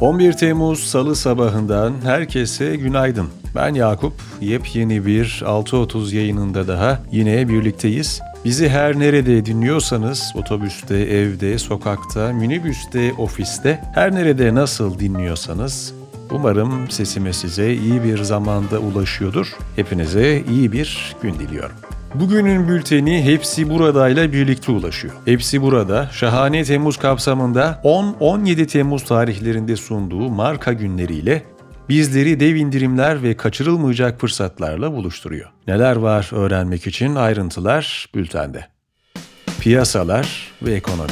11 Temmuz Salı sabahından herkese günaydın. Ben Yakup. Yepyeni bir 6.30 yayınında daha yine birlikteyiz. Bizi her nerede dinliyorsanız, otobüste, evde, sokakta, minibüste, ofiste, her nerede nasıl dinliyorsanız umarım sesime size iyi bir zamanda ulaşıyordur. Hepinize iyi bir gün diliyorum. Bugünün bülteni Hepsi Burada'yla birlikte ulaşıyor. Hepsi Burada, Şahane Temmuz kapsamında 10-17 Temmuz tarihlerinde sunduğu marka günleriyle bizleri dev indirimler ve kaçırılmayacak fırsatlarla buluşturuyor. Neler var öğrenmek için ayrıntılar bültende. Piyasalar ve ekonomi.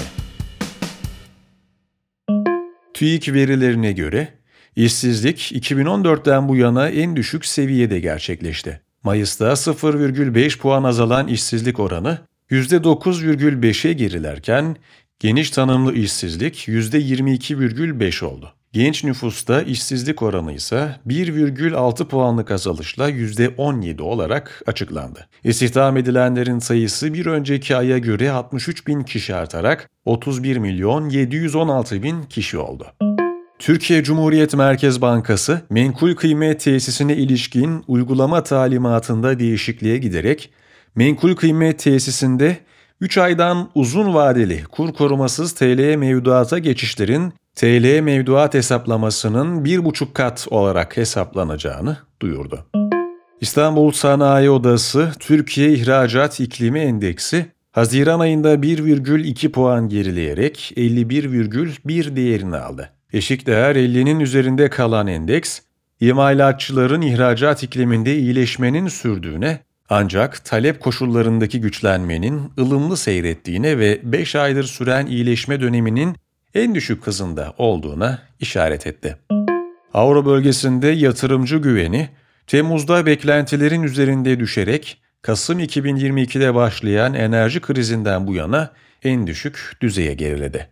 TÜİK verilerine göre işsizlik 2014'ten bu yana en düşük seviyede gerçekleşti. Mayıs'ta 0,5 puan azalan işsizlik oranı %9,5'e gerilerken geniş tanımlı işsizlik %22,5 oldu. Genç nüfusta işsizlik oranı ise 1,6 puanlık azalışla %17 olarak açıklandı. İstihdam edilenlerin sayısı bir önceki aya göre 63 bin kişi artarak 31 milyon 716 bin kişi oldu. Türkiye Cumhuriyet Merkez Bankası, menkul kıymet tesisine ilişkin uygulama talimatında değişikliğe giderek, menkul kıymet tesisinde 3 aydan uzun vadeli kur korumasız TL mevduata geçişlerin TL mevduat hesaplamasının 1,5 kat olarak hesaplanacağını duyurdu. İstanbul Sanayi Odası, Türkiye İhracat İklimi Endeksi, Haziran ayında 1,2 puan gerileyerek 51,1 değerini aldı. Eşikdeğer 50'nin üzerinde kalan endeks, imalatçıların ihracat ikliminde iyileşmenin sürdüğüne, ancak talep koşullarındaki güçlenmenin ılımlı seyrettiğine ve 5 aydır süren iyileşme döneminin en düşük hızında olduğuna işaret etti. Avro bölgesinde yatırımcı güveni, Temmuz'da beklentilerin üzerinde düşerek, Kasım 2022'de başlayan enerji krizinden bu yana en düşük düzeye geriledi.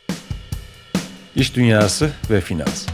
İş dünyası ve finans.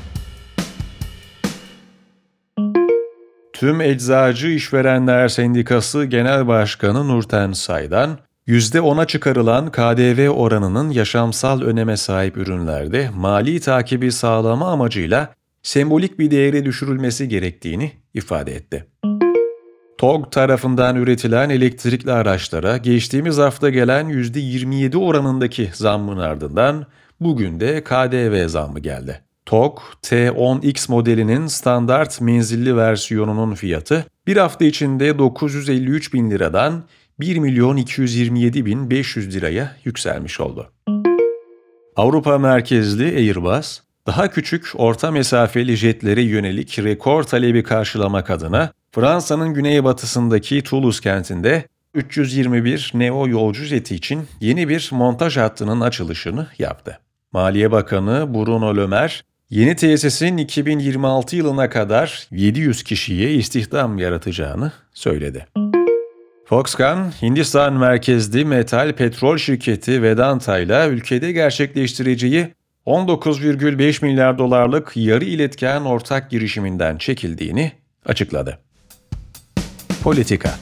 Tüm Eczacı İşverenler Sendikası Genel Başkanı Nurten Say'dan, %10'a çıkarılan KDV oranının yaşamsal öneme sahip ürünlerde mali takibi sağlama amacıyla sembolik bir değere düşürülmesi gerektiğini ifade etti. TOG tarafından üretilen elektrikli araçlara geçtiğimiz hafta gelen %27 oranındaki zammın ardından bugün de KDV zammı geldi. TOG T10X modelinin standart menzilli versiyonunun fiyatı bir hafta içinde 953 bin liradan 1.227.500 liraya yükselmiş oldu. Avrupa merkezli Airbus, daha küçük orta mesafeli jetlere yönelik rekor talebi karşılamak adına Fransa'nın güneybatısındaki Toulouse kentinde 321 Neo yolcu jeti için yeni bir montaj hattının açılışını yaptı. Maliye Bakanı Bruno Le Maire, yeni tesisin 2026 yılına kadar 700 kişiye istihdam yaratacağını söyledi. Foxconn, Hindistan merkezli metal petrol şirketi Vedanta ile ülkede gerçekleştireceği 19,5 milyar dolarlık yarı iletken ortak girişiminden çekildiğini açıkladı. Politika.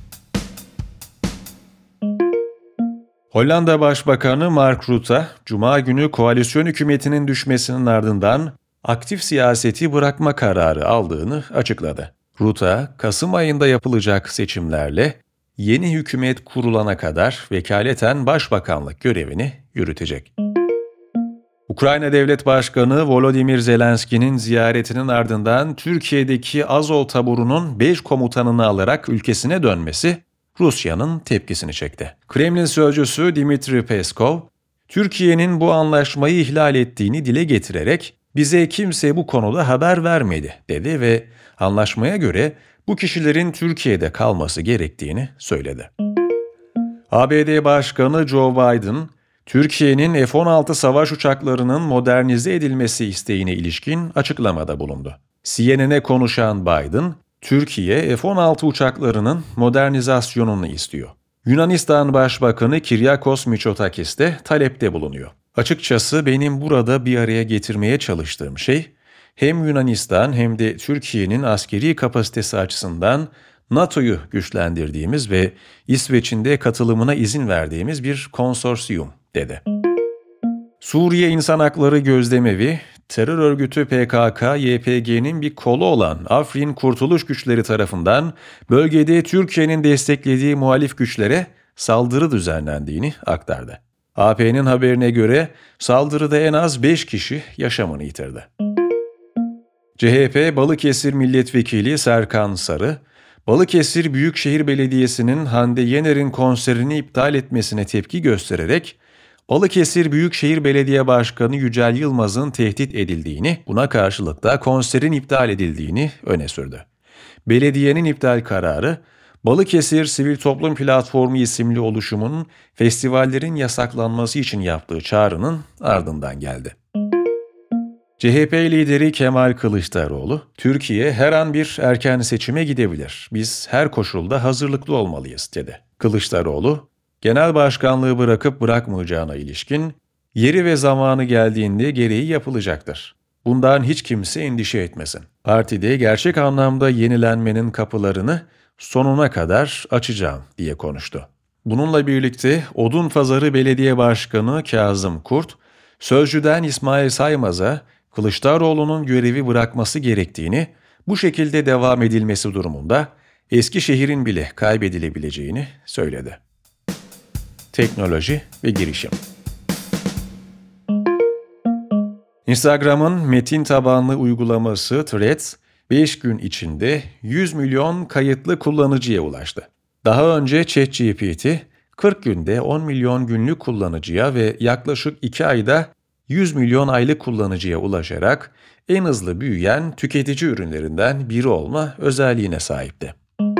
Hollanda Başbakanı Mark Rutte, Cuma günü koalisyon hükümetinin düşmesinin ardından aktif siyaseti bırakma kararı aldığını açıkladı. Rutte, Kasım ayında yapılacak seçimlerle yeni hükümet kurulana kadar vekaleten başbakanlık görevini yürütecek. Ukrayna Devlet Başkanı Volodymyr Zelenski'nin ziyaretinin ardından Türkiye'deki Azov taburunun 5 komutanını alarak ülkesine dönmesi Rusya'nın tepkisini çekti. Kremlin sözcüsü Dmitri Peskov, Türkiye'nin bu anlaşmayı ihlal ettiğini dile getirerek bize kimse bu konuda haber vermedi dedi ve anlaşmaya göre bu kişilerin Türkiye'de kalması gerektiğini söyledi. ABD Başkanı Joe Biden, Türkiye'nin F-16 savaş uçaklarının modernize edilmesi isteğine ilişkin açıklamada bulundu. CNN'e konuşan Biden, Türkiye F-16 uçaklarının modernizasyonunu istiyor. Yunanistan Başbakanı Kyriakos Mitsotakis de talepte bulunuyor. Açıkçası benim burada bir araya getirmeye çalıştığım şey, hem Yunanistan hem de Türkiye'nin askeri kapasitesi açısından NATO'yu güçlendirdiğimiz ve İsveç'in de katılımına izin verdiğimiz bir konsorsiyum, dedi. Suriye İnsan Hakları Gözlemevi, terör örgütü PKK-YPG'nin bir kolu olan Afrin Kurtuluş Güçleri tarafından bölgede Türkiye'nin desteklediği muhalif güçlere saldırı düzenlendiğini aktardı. AP'nin haberine göre saldırıda en az 5 kişi yaşamını yitirdi. CHP Balıkesir Milletvekili Serkan Sarı, Balıkesir Büyükşehir Belediyesi'nin Hande Yener'in konserini iptal etmesine tepki göstererek, Balıkesir Büyükşehir Belediye Başkanı Yücel Yılmaz'ın tehdit edildiğini, buna karşılık da konserin iptal edildiğini öne sürdü. Belediyenin iptal kararı, Balıkesir Sivil Toplum Platformu isimli oluşumun festivallerin yasaklanması için yaptığı çağrının ardından geldi. CHP lideri Kemal Kılıçdaroğlu, Türkiye her an bir erken seçime gidebilir. Biz her koşulda hazırlıklı olmalıyız, dedi. Kılıçdaroğlu, genel başkanlığı bırakıp bırakmayacağına ilişkin, yeri ve zamanı geldiğinde gereği yapılacaktır. Bundan hiç kimse endişe etmesin. Partide gerçek anlamda yenilenmenin kapılarını sonuna kadar açacağım, diye konuştu. Bununla birlikte Odunpazarı Belediye Başkanı Kazım Kurt, Sözcü'den İsmail Saymaz'a Kılıçdaroğlu'nun görevi bırakması gerektiğini, bu şekilde devam edilmesi durumunda Eskişehir'in bile kaybedilebileceğini söyledi. Teknoloji ve girişim. Instagram'ın metin tabanlı uygulaması Threads, 5 gün içinde 100 milyon kayıtlı kullanıcıya ulaştı. Daha önce ChatGPT, 40 günde 10 milyon günlük kullanıcıya ve yaklaşık 2 ayda 100 milyon aylık kullanıcıya ulaşarak en hızlı büyüyen tüketici ürünlerinden biri olma özelliğine sahipti.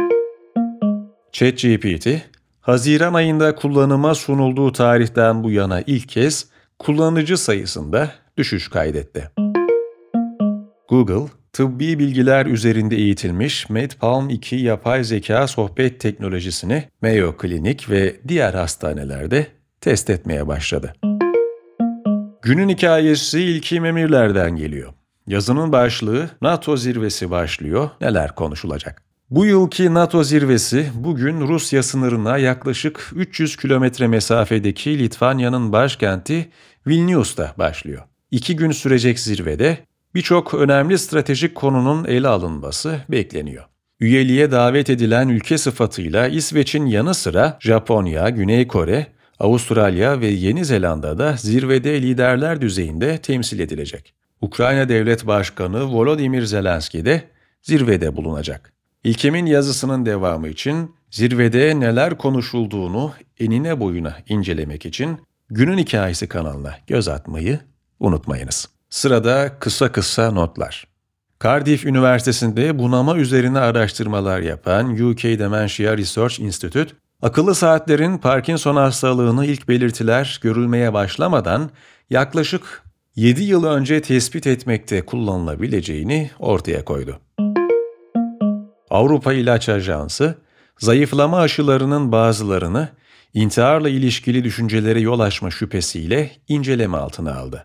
ChatGPT, Haziran ayında kullanıma sunulduğu tarihten bu yana ilk kez kullanıcı sayısında düşüş kaydetti. Google, tıbbi bilgiler üzerinde eğitilmiş MedPalm 2 yapay zeka sohbet teknolojisini Mayo Clinic ve diğer hastanelerde test etmeye başladı. Günün hikayesi İlkim Emirler'den geliyor. Yazının başlığı NATO zirvesi başlıyor, neler konuşulacak? Bu yılki NATO zirvesi bugün Rusya sınırına yaklaşık 300 kilometre mesafedeki Litvanya'nın başkenti Vilnius'ta başlıyor. 2 gün sürecek zirvede birçok önemli stratejik konunun ele alınması bekleniyor. Üyeliğe davet edilen ülke sıfatıyla İsveç'in yanı sıra Japonya, Güney Kore, Avustralya ve Yeni Zelanda'da zirvede liderler düzeyinde temsil edilecek. Ukrayna Devlet Başkanı Volodymyr Zelenski de zirvede bulunacak. İlkem'in yazısının devamı için zirvede neler konuşulduğunu enine boyuna incelemek için Günün Hikayesi kanalına göz atmayı unutmayınız. Sırada kısa notlar. Cardiff Üniversitesi'nde bunama üzerine araştırmalar yapan UK Dementia Research Institute, akıllı saatlerin Parkinson hastalığını ilk belirtiler görülmeye başlamadan yaklaşık 7 yıl önce tespit etmekte kullanılabileceğini ortaya koydu. Avrupa İlaç Ajansı, zayıflama aşılarının bazılarını intiharla ilişkili düşüncelere yol açma şüphesiyle inceleme altına aldı.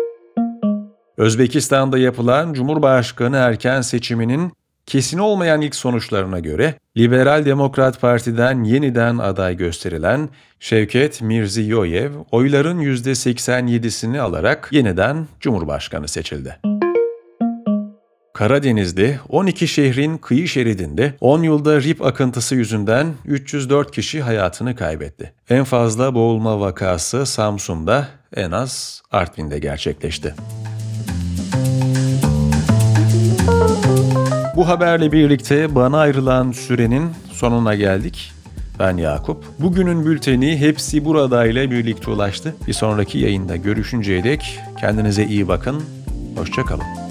Özbekistan'da yapılan Cumhurbaşkanı erken seçiminin kesin olmayan ilk sonuçlarına göre Liberal Demokrat Parti'den yeniden aday gösterilen Şevket Mirziyoyev oyların %87'sini alarak yeniden Cumhurbaşkanı seçildi. Karadeniz'de 12 şehrin kıyı şeridinde 10 yılda rip akıntısı yüzünden 304 kişi hayatını kaybetti. En fazla boğulma vakası Samsun'da, en az Artvin'de gerçekleşti. Bu haberle birlikte bana ayrılan sürenin sonuna geldik. Ben Yakup. Bugünün bülteni Hepsi Burada ile birlikte ulaştı. Bir sonraki yayında görüşünceye dek kendinize iyi bakın. Hoşça kalın.